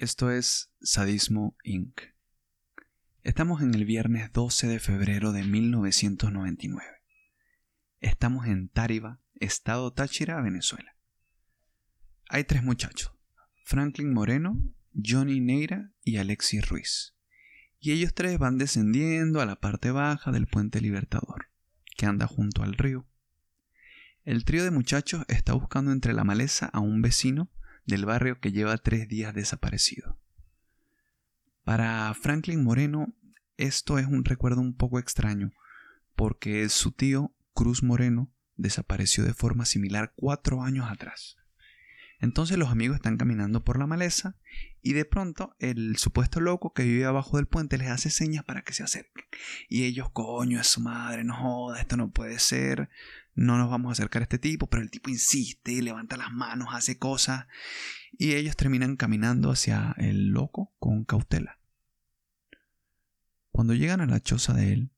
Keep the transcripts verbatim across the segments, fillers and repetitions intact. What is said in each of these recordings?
Esto es Sadismo incorporated. Estamos en el viernes doce de febrero de mil novecientos noventa y nueve. Estamos en Táriba, estado Táchira, Venezuela. Hay tres muchachos, Franklin Moreno, Johnny Neira y Alexis Ruiz. Y ellos tres van descendiendo a la parte baja del puente Libertador, que anda junto al río. El trío de muchachos está buscando entre la maleza a un vecino del barrio que lleva tres días desaparecido. Para Franklin Moreno, esto es un recuerdo un poco extraño, porque su tío, Cruz Moreno, desapareció de forma similar cuatro años atrás. Entonces los amigos están caminando por la maleza y de pronto el supuesto loco que vive abajo del puente les hace señas para que se acerquen. Y ellos, coño, es su madre, no joda, esto no puede ser, no nos vamos a acercar a este tipo, pero el tipo insiste, levanta las manos, hace cosas y ellos terminan caminando hacia el loco con cautela. Cuando llegan a la choza de él,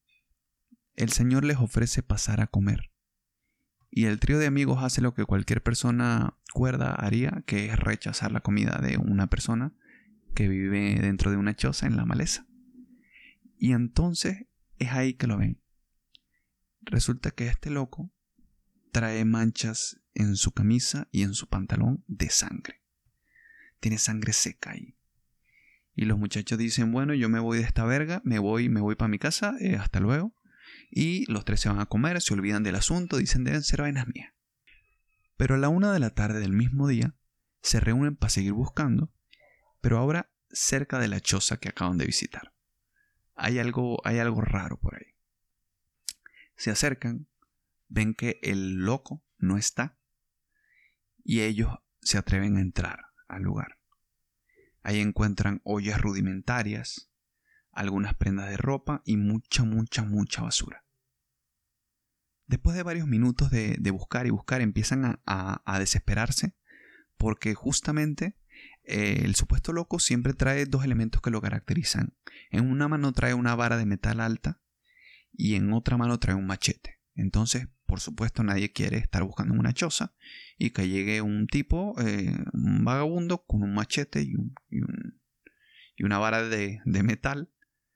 el señor les ofrece pasar a comer. Y el trío de amigos hace lo que cualquier persona cuerda haría, que es rechazar la comida de una persona que vive dentro de una choza en la maleza. Y entonces es ahí que lo ven. Resulta que este loco trae manchas en su camisa y en su pantalón de sangre. Tiene sangre seca ahí. Y los muchachos dicen, bueno, yo me voy de esta verga, me voy, me voy para mi casa, eh, hasta luego. Y los tres se van a comer, se olvidan del asunto, dicen deben ser vainas mías. Pero a la una de la tarde del mismo día se reúnen para seguir buscando, pero ahora cerca de la choza que acaban de visitar. Hay algo, hay algo raro por ahí. Se acercan, ven que el loco no está y ellos se atreven a entrar al lugar. Ahí encuentran ollas rudimentarias, algunas prendas de ropa y mucha, mucha, mucha basura. Después de varios minutos de, de buscar y buscar, empiezan a, a, a desesperarse porque justamente eh, el supuesto loco siempre trae dos elementos que lo caracterizan. En una mano trae una vara de metal alta y en otra mano trae un machete. Entonces, por supuesto, nadie quiere estar buscando en una choza y que llegue un tipo, eh, un vagabundo, con un machete y, un, y, un, y una vara de, de metal.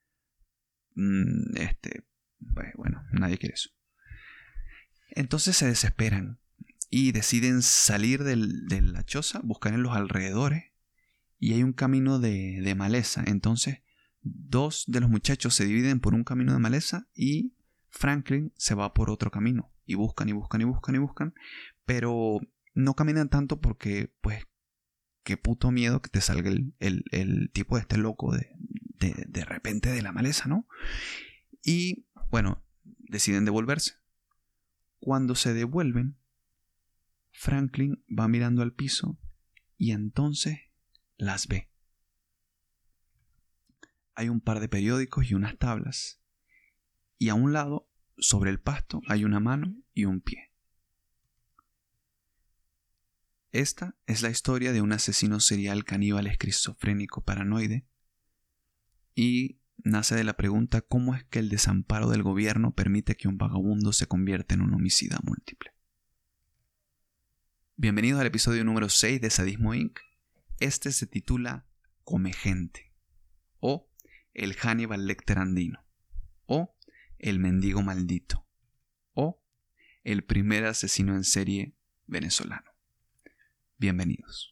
Mm, este, bueno, nadie quiere eso. Entonces se desesperan y deciden salir del, de la choza, buscar en los alrededores y hay un camino de, de maleza. Entonces dos de los muchachos se dividen por un camino de maleza y Franklin se va por otro camino y buscan y buscan y buscan y buscan, pero no caminan tanto porque pues qué puto miedo que te salga el, el, el tipo de este loco de, de, de repente de la maleza, ¿no? Y bueno, deciden devolverse. Cuando se devuelven, Franklin va mirando al piso y entonces las ve. Hay un par de periódicos y unas tablas. Y a un lado, sobre el pasto, hay una mano y un pie. Esta es la historia de un asesino serial caníbal esquizofrénico paranoide y nace de la pregunta ¿cómo es que el desamparo del gobierno permite que un vagabundo se convierta en un homicida múltiple? Bienvenidos al episodio número seis de Sadismo incorporated. Este se titula Come Gente, o El Hannibal Lecter andino, o El Mendigo Maldito, o El Primer Asesino en Serie Venezolano. Bienvenidos.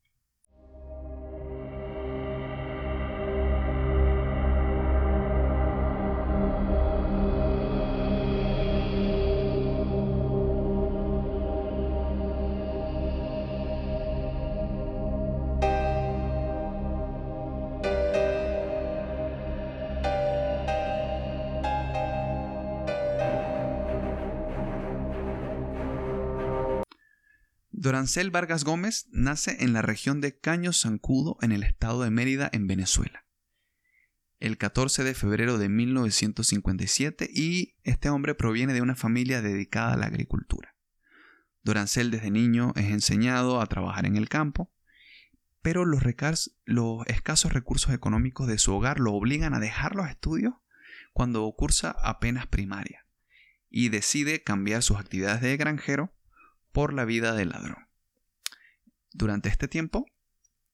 Dorancel Vargas Gómez nace en la región de Caño Zancudo, en el estado de Mérida, en Venezuela, el catorce de febrero de mil novecientos cincuenta y siete, y este hombre proviene de una familia dedicada a la agricultura. Dorancel desde niño es enseñado a trabajar en el campo, pero los, recars- los escasos recursos económicos de su hogar lo obligan a dejar los estudios cuando cursa apenas primaria y decide cambiar sus actividades de granjero por la vida de ladrón. Durante este tiempo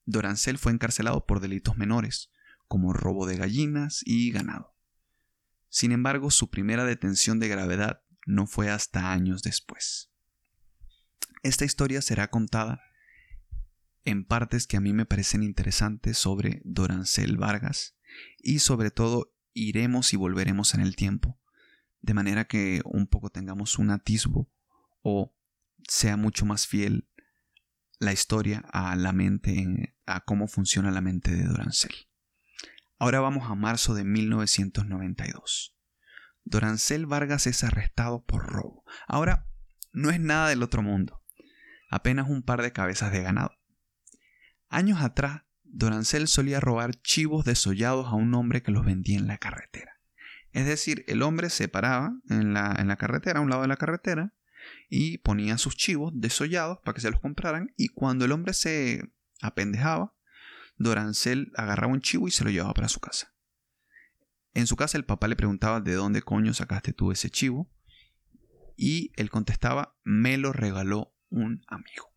Dorancel fue encarcelado por delitos menores, como robo de gallinas y ganado. Sin embargo, su primera detención de gravedad no fue hasta años después. Esta historia será contada en partes que a mí me parecen interesantes sobre Dorancel Vargas, y sobre todo iremos y volveremos en el tiempo, de manera que un poco tengamos un atisbo o sea mucho más fiel la historia a la mente, a cómo funciona la mente de Dorancel. Ahora vamos a marzo de mil novecientos noventa y dos. Dorancel Vargas es arrestado por robo. Ahora, no es nada del otro mundo, apenas un par de cabezas de ganado. Años atrás, Dorancel solía robar chivos desollados a un hombre que los vendía en la carretera. Es decir, el hombre se paraba en la, en la carretera, a un lado de la carretera, y ponía sus chivos desollados para que se los compraran, y cuando el hombre se apendejaba, Dorancel agarraba un chivo y se lo llevaba para su casa. En su casa el papá le preguntaba ¿de dónde coño sacaste tú ese chivo? Y él contestaba, me lo regaló un amigo.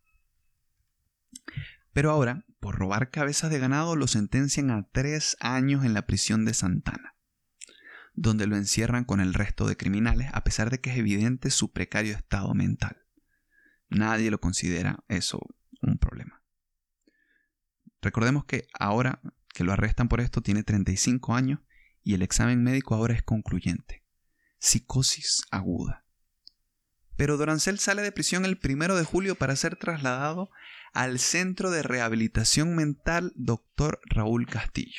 Pero ahora, por robar cabezas de ganado, lo sentencian a tres años en la prisión de Santana, donde lo encierran con el resto de criminales, a pesar de que es evidente su precario estado mental. Nadie lo considera eso un problema. Recordemos que ahora que lo arrestan por esto tiene treinta y cinco años y el examen médico ahora es concluyente. Psicosis aguda. Pero Dorancel sale de prisión el primero de julio para ser trasladado al Centro de Rehabilitación Mental doctor Raúl Castillo.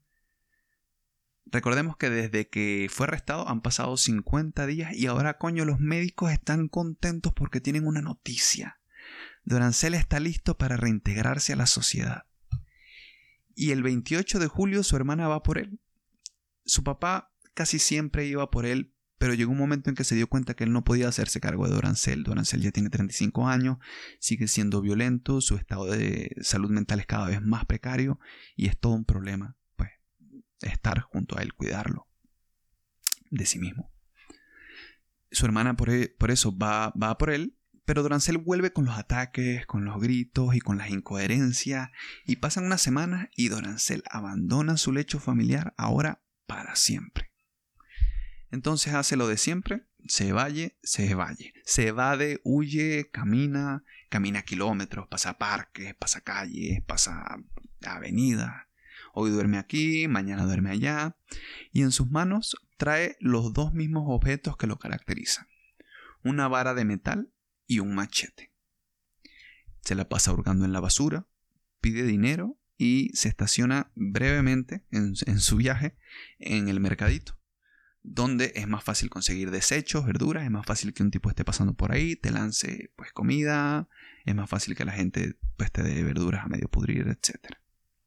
Recordemos que desde que fue arrestado han pasado cincuenta días y ahora, coño, los médicos están contentos porque tienen una noticia. Dorancel está listo para reintegrarse a la sociedad. Y el veintiocho de julio su hermana va por él. Su papá casi siempre iba por él, pero llegó un momento en que se dio cuenta que él no podía hacerse cargo de Dorancel. Dorancel ya tiene treinta y cinco años, sigue siendo violento, su estado de salud mental es cada vez más precario y es todo un problema, pues, estar junto a él, cuidarlo de sí mismo. Su hermana por, él, por eso va, va por él, pero Dorancel vuelve con los ataques, con los gritos y con las incoherencias, y pasan unas semanas y Dorancel abandona su lecho familiar ahora para siempre. Entonces hace lo de siempre, se valle, se valle, se evade, huye, camina, camina kilómetros, pasa parques, pasa calles, pasa avenidas. Hoy duerme aquí, mañana duerme allá, y en sus manos trae los dos mismos objetos que lo caracterizan: una vara de metal y un machete. Se la pasa hurgando en la basura, pide dinero y se estaciona brevemente en, en su viaje en el mercadito, donde es más fácil conseguir desechos, verduras, es más fácil que un tipo esté pasando por ahí, te lance pues comida, es más fácil que la gente pues te dé verduras a medio pudrir, etcétera.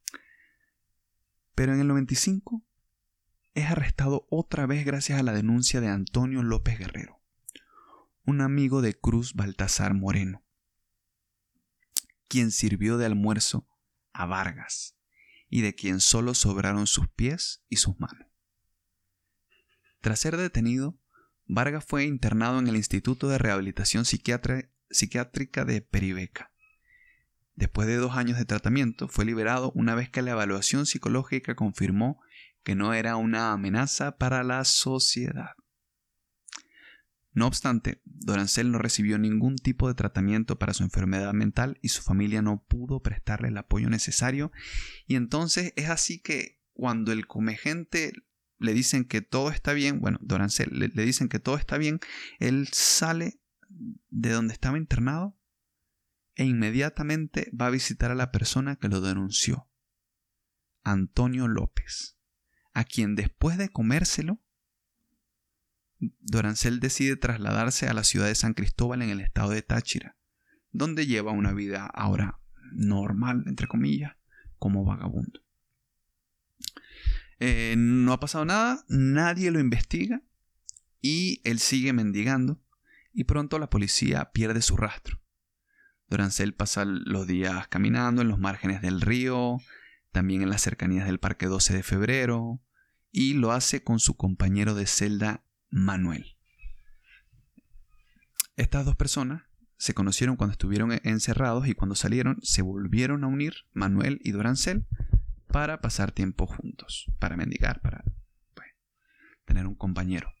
Pero en el noventa y cinco es arrestado otra vez gracias a la denuncia de Antonio López Guerrero, un amigo de Cruz Baltasar Moreno, quien sirvió de almuerzo a Vargas y de quien solo sobraron sus pies y sus manos. Tras ser detenido, Vargas fue internado en el Instituto de Rehabilitación Psiquiatra- Psiquiátrica de Peribeca. Después de dos años de tratamiento, fue liberado una vez que la evaluación psicológica confirmó que no era una amenaza para la sociedad. No obstante, Dorancel no recibió ningún tipo de tratamiento para su enfermedad mental y su familia no pudo prestarle el apoyo necesario, y entonces es así que cuando el comegente le dicen que todo está bien, bueno, Dorancel le, le dicen que todo está bien, él sale de donde estaba internado e inmediatamente va a visitar a la persona que lo denunció, Antonio López, a quien después de comérselo, Dorancel decide trasladarse a la ciudad de San Cristóbal en el estado de Táchira, donde lleva una vida ahora normal, entre comillas, como vagabundo. Eh, no ha pasado nada, nadie lo investiga y él sigue mendigando y pronto la policía pierde su rastro. Dorancel pasa los días caminando en los márgenes del río, también en las cercanías del Parque doce de febrero, y lo hace con su compañero de celda Manuel. Estas dos personas se conocieron cuando estuvieron encerrados y cuando salieron se volvieron a unir Manuel y Dorancel para pasar tiempo juntos, para mendigar, para pues, tener un compañero.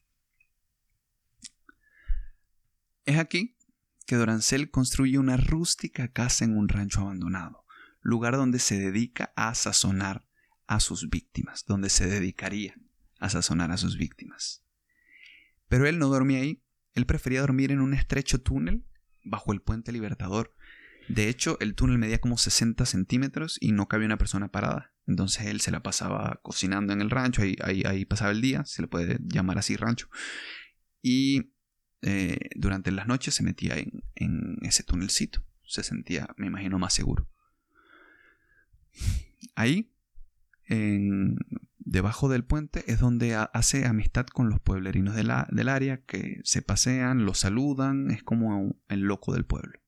Es aquí que Dorancel construye una rústica casa en un rancho abandonado, lugar donde se dedica a sazonar a sus víctimas, donde se dedicaría a sazonar a sus víctimas. Pero él no dormía ahí, él prefería dormir en un estrecho túnel bajo el Puente Libertador. De hecho, el túnel medía como sesenta centímetros y no cabía una persona parada. Entonces él se la pasaba cocinando en el rancho, ahí, ahí, ahí pasaba el día, se le puede llamar así rancho. Y eh, durante las noches se metía en, en ese túnelcito. Se sentía, me imagino, más seguro. Ahí, en, debajo del puente, es donde a, hace amistad con los pueblerinos de la, del área que se pasean, lo saludan, es como el loco del pueblo.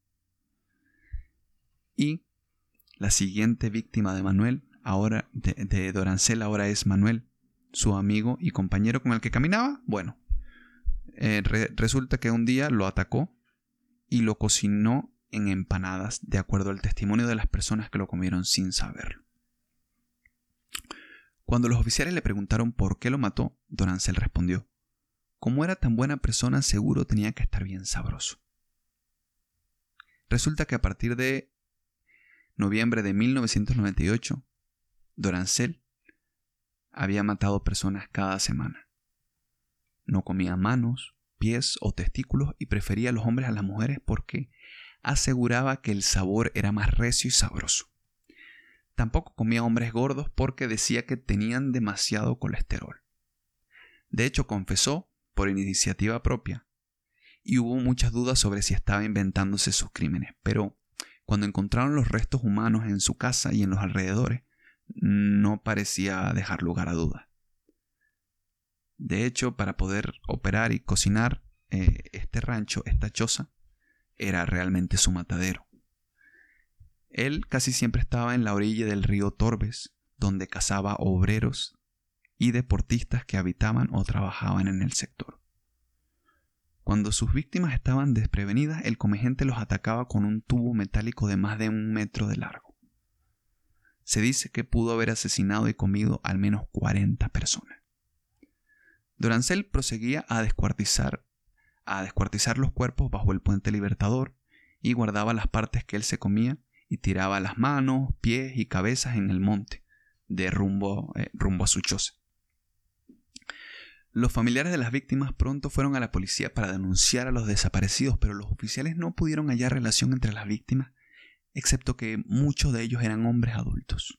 Y la siguiente víctima de Manuel, ahora de, de Dorancel, ahora es Manuel, su amigo y compañero con el que caminaba. Bueno, eh, re, resulta que un día lo atacó y lo cocinó en empanadas, de acuerdo al testimonio de las personas que lo comieron sin saberlo. Cuando los oficiales le preguntaron por qué lo mató, Dorancel respondió: como era tan buena persona, seguro tenía que estar bien sabroso. Resulta que a partir de noviembre de mil novecientos noventa y ocho, Dorancel había matado personas cada semana. No comía manos, pies o testículos y prefería a los hombres a las mujeres porque aseguraba que el sabor era más recio y sabroso. Tampoco comía hombres gordos porque decía que tenían demasiado colesterol. De hecho, confesó por iniciativa propia y hubo muchas dudas sobre si estaba inventándose sus crímenes, pero cuando encontraron los restos humanos en su casa y en los alrededores, no parecía dejar lugar a dudas. De hecho, para poder operar y cocinar eh, este rancho, esta choza, era realmente su matadero. Él casi siempre estaba en la orilla del río Torbes, donde cazaba obreros y deportistas que habitaban o trabajaban en el sector. Cuando sus víctimas estaban desprevenidas, el comegente los atacaba con un tubo metálico de más de un metro de largo. Se dice que pudo haber asesinado y comido al menos cuarenta personas. Dorancel proseguía a descuartizar, a descuartizar los cuerpos bajo el Puente Libertador y guardaba las partes que él se comía y tiraba las manos, pies y cabezas en el monte, de rumbo, eh, rumbo a su choza. Los familiares de las víctimas pronto fueron a la policía para denunciar a los desaparecidos, pero los oficiales no pudieron hallar relación entre las víctimas, excepto que muchos de ellos eran hombres adultos.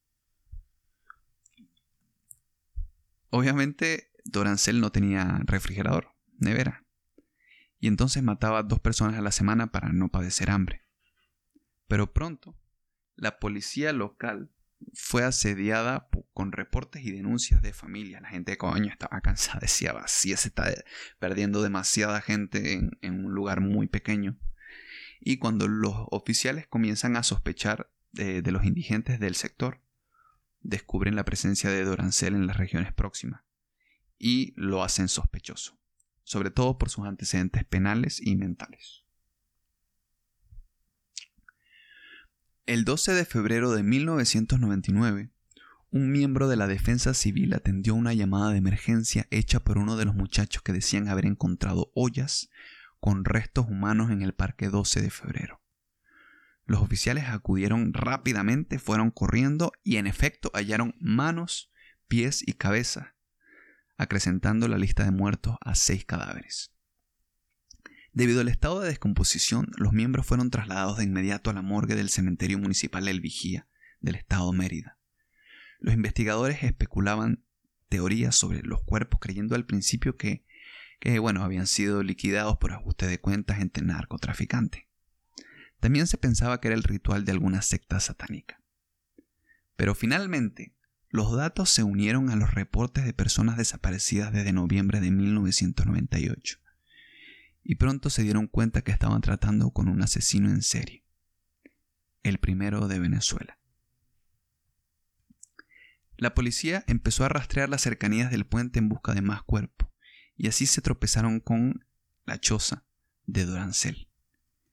Obviamente, Dorancel no tenía refrigerador, nevera, y entonces mataba a dos personas a la semana para no padecer hambre. Pero pronto, la policía local fue asediada con reportes y denuncias de familias. La gente, coño, estaba cansada, decía, vacía, se está perdiendo demasiada gente en, en un lugar muy pequeño. Y cuando los oficiales comienzan a sospechar de, de los indigentes del sector, descubren la presencia de Dorancel en las regiones próximas y lo hacen sospechoso, sobre todo por sus antecedentes penales y mentales. El doce de febrero de mil novecientos noventa y nueve, un miembro de la Defensa Civil atendió una llamada de emergencia hecha por uno de los muchachos que decían haber encontrado ollas con restos humanos en el Parque doce de febrero. Los oficiales acudieron rápidamente, fueron corriendo y en efecto hallaron manos, pies y cabezas, acrecentando la lista de muertos a seis cadáveres. Debido al estado de descomposición, los miembros fueron trasladados de inmediato a la morgue del cementerio municipal El Vigía del estado Mérida. Los investigadores especulaban teorías sobre los cuerpos, creyendo al principio que, que bueno, habían sido liquidados por ajuste de cuentas entre narcotraficantes. También se pensaba que era el ritual de alguna secta satánica. Pero finalmente, los datos se unieron a los reportes de personas desaparecidas desde noviembre de mil novecientos noventa y ocho. Y pronto se dieron cuenta que estaban tratando con un asesino en serie, el primero de Venezuela. La policía empezó a rastrear las cercanías del puente en busca de más cuerpos, y así se tropezaron con la choza de Dorancel.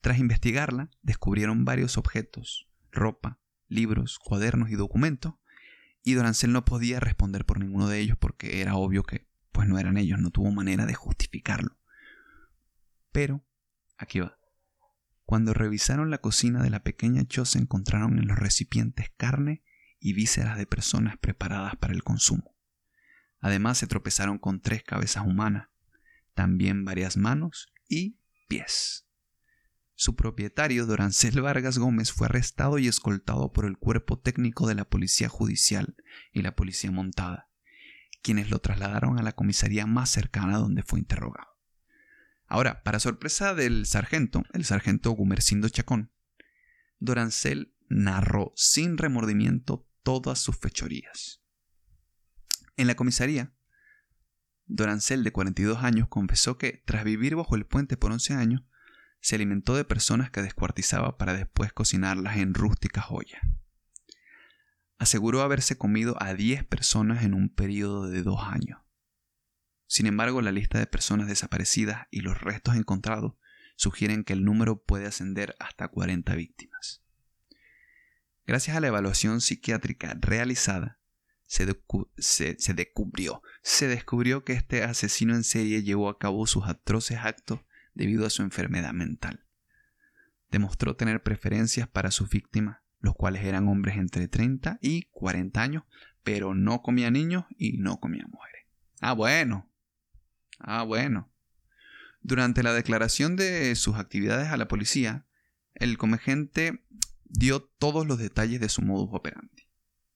Tras investigarla, descubrieron varios objetos, ropa, libros, cuadernos y documentos, y Dorancel no podía responder por ninguno de ellos porque era obvio que pues no eran ellos, no tuvo manera de justificarlo. Pero, aquí va. Cuando revisaron la cocina de la pequeña choza, encontraron en los recipientes carne y vísceras de personas preparadas para el consumo. Además se tropezaron con tres cabezas humanas, también varias manos y pies. Su propietario, Dorancel Vargas Gómez, fue arrestado y escoltado por el cuerpo técnico de la Policía Judicial y la Policía Montada, quienes lo trasladaron a la comisaría más cercana donde fue interrogado. Ahora, para sorpresa del sargento, el sargento Gumercindo Chacón, Dorancel narró sin remordimiento todas sus fechorías. En la comisaría, Dorancel, de cuarenta y dos años, confesó que, tras vivir bajo el puente por once años, se alimentó de personas que descuartizaba para después cocinarlas en rústicas ollas. Aseguró haberse comido a diez personas en un periodo de dos años. Sin embargo, la lista de personas desaparecidas y los restos encontrados sugieren que el número puede ascender hasta cuarenta víctimas. Gracias a la evaluación psiquiátrica realizada, se, decu- se, se descubrió, se descubrió que este asesino en serie llevó a cabo sus atroces actos debido a su enfermedad mental. Demostró tener preferencias para sus víctimas, los cuales eran hombres entre treinta y cuarenta años, pero no comía niños y no comía mujeres. Ah, bueno. Ah, bueno. Durante la declaración de sus actividades a la policía, el comegente dio todos los detalles de su modus operandi.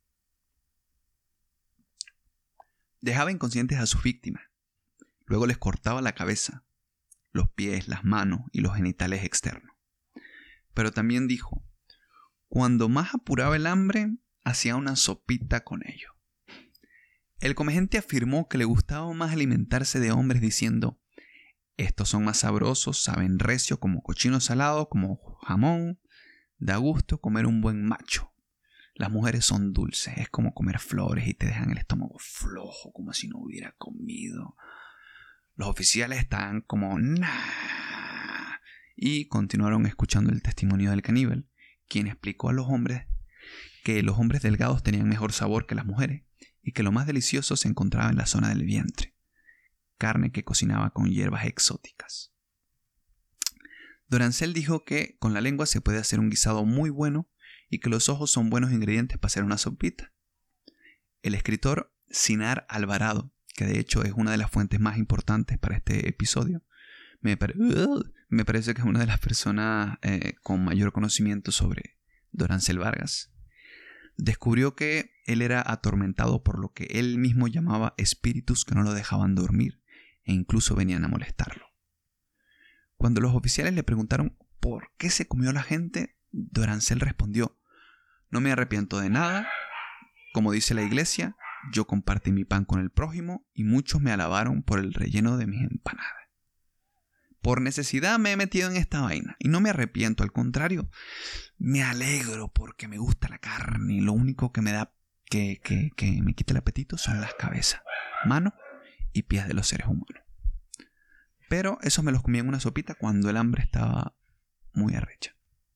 Dejaba inconscientes a sus víctimas, luego les cortaba la cabeza, los pies, las manos y los genitales externos. Pero también dijo, cuando más apuraba el hambre, hacía una sopita con ellos. El comegente afirmó que le gustaba más alimentarse de hombres diciendo, estos son más sabrosos, saben recio como cochino salado, como jamón, da gusto comer un buen macho. Las mujeres son dulces, es como comer flores y te dejan el estómago flojo, como si no hubiera comido. Los oficiales estaban como nah y continuaron escuchando el testimonio del caníbal, quien explicó a los hombres que los hombres delgados tenían mejor sabor que las mujeres y que lo más delicioso se encontraba en la zona del vientre, carne que cocinaba con hierbas exóticas. Dorancel dijo que con la lengua se puede hacer un guisado muy bueno y que los ojos son buenos ingredientes para hacer una sopita. El escritor Sinar Alvarado, que de hecho es una de las fuentes más importantes para este episodio, me, pare- uh, me parece que es una de las personas eh, con mayor conocimiento sobre Dorancel Vargas, descubrió que él era atormentado por lo que él mismo llamaba espíritus que no lo dejaban dormir e incluso venían a molestarlo. Cuando los oficiales le preguntaron por qué se comió a la gente, Dorancel respondió, no me arrepiento de nada, como dice la iglesia, yo compartí mi pan con el prójimo y muchos me alabaron por el relleno de mis empanadas. Por necesidad me he metido en esta vaina y no me arrepiento, al contrario, me alegro porque me gusta la carne y lo único que me da que, que, que me quita el apetito son las cabezas, manos y pies de los seres humanos. Pero eso me los comí en una sopita cuando el hambre estaba muy arrecha.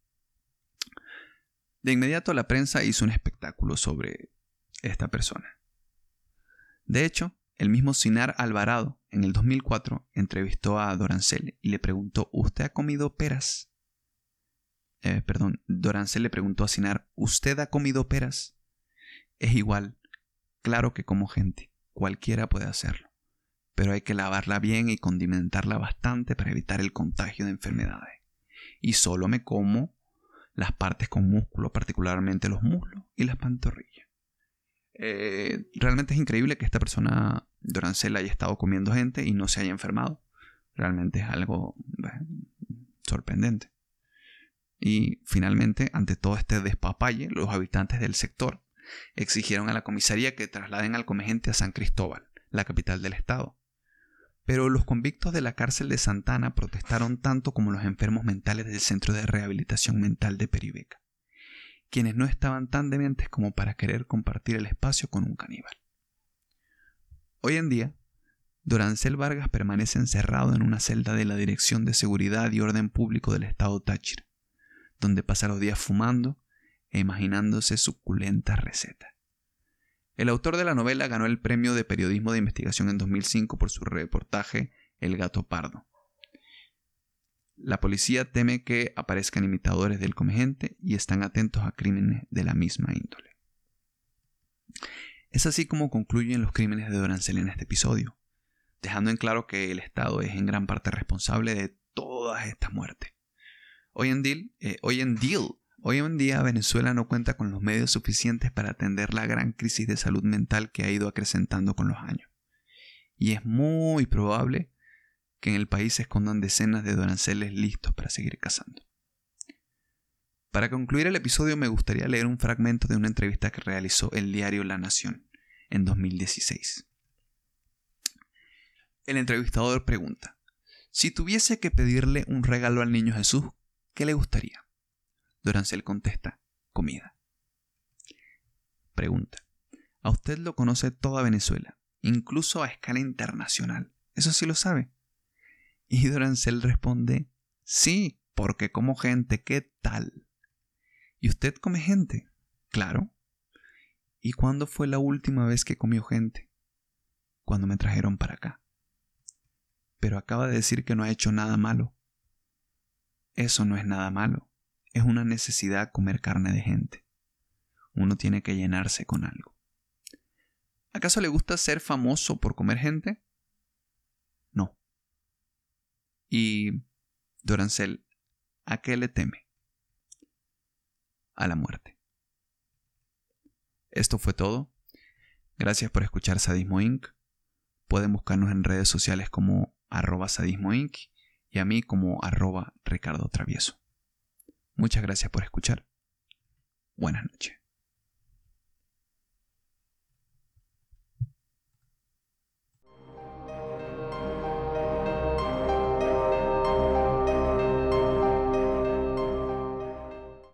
De inmediato la prensa hizo un espectáculo sobre esta persona. De hecho, el mismo Sinar Alvarado, en el dos mil cuatro, entrevistó a Dorancel y le preguntó, ¿usted ha comido peras? Eh, perdón, Dorancel le preguntó a Sinar, ¿usted ha comido peras? Es igual, claro que como gente, cualquiera puede hacerlo, pero hay que lavarla bien y condimentarla bastante para evitar el contagio de enfermedades. Y solo me como las partes con músculo, particularmente los muslos y las pantorrillas. Eh, realmente es increíble que esta persona, Dorancel, haya estado comiendo gente y no se haya enfermado. Realmente es algo bueno, sorprendente. Y finalmente, ante todo este despapalle, los habitantes del sector exigieron a la comisaría que trasladen al comegente a San Cristóbal, la capital del estado. Pero los convictos de la cárcel de Santa Ana protestaron tanto como los enfermos mentales del Centro de Rehabilitación Mental de Peribeca, quienes no estaban tan dementes como para querer compartir el espacio con un caníbal. Hoy en día, Dorancel Vargas permanece encerrado en una celda de la Dirección de Seguridad y Orden Público del Estado Táchira, donde pasa los días fumando e imaginándose suculentas recetas. El autor de la novela ganó el Premio de Periodismo de Investigación en dos mil cinco por su reportaje El gato pardo. La policía teme que aparezcan imitadores del comegente y están atentos a crímenes de la misma índole. Es así como concluyen los crímenes de Dorancel en este episodio, dejando en claro que el Estado es en gran parte responsable de todas estas muertes. Hoy en día, eh, hoy en día, hoy en día Venezuela no cuenta con los medios suficientes para atender la gran crisis de salud mental que ha ido acrecentando con los años. Y es muy probable que en el país se escondan decenas de Doranceles listos para seguir cazando. Para concluir el episodio me gustaría leer un fragmento de una entrevista que realizó el diario La Nación en dos mil dieciséis. El entrevistador pregunta: si tuviese que pedirle un regalo al niño Jesús, ¿qué le gustaría? Dorancel contesta: comida. Pregunta: a usted lo conoce toda Venezuela, incluso a escala internacional. ¿Eso sí lo sabe? Y Dorancel responde: sí, porque como gente, ¿qué tal? ¿Y usted come gente? Claro. ¿Y cuándo fue la última vez que comió gente? Cuando me trajeron para acá. Pero acaba de decir que no ha hecho nada malo. Eso no es nada malo. Es una necesidad comer carne de gente. Uno tiene que llenarse con algo. ¿Acaso le gusta ser famoso por comer gente? No. Y Dorancel, ¿a qué le teme? A la muerte. Esto fue todo. Gracias por escuchar Sadismo incorporated. Pueden buscarnos en redes sociales como arroba sadismo incorporated y a mí como arroba Ricardo Travieso. Muchas gracias por escuchar. Buenas noches.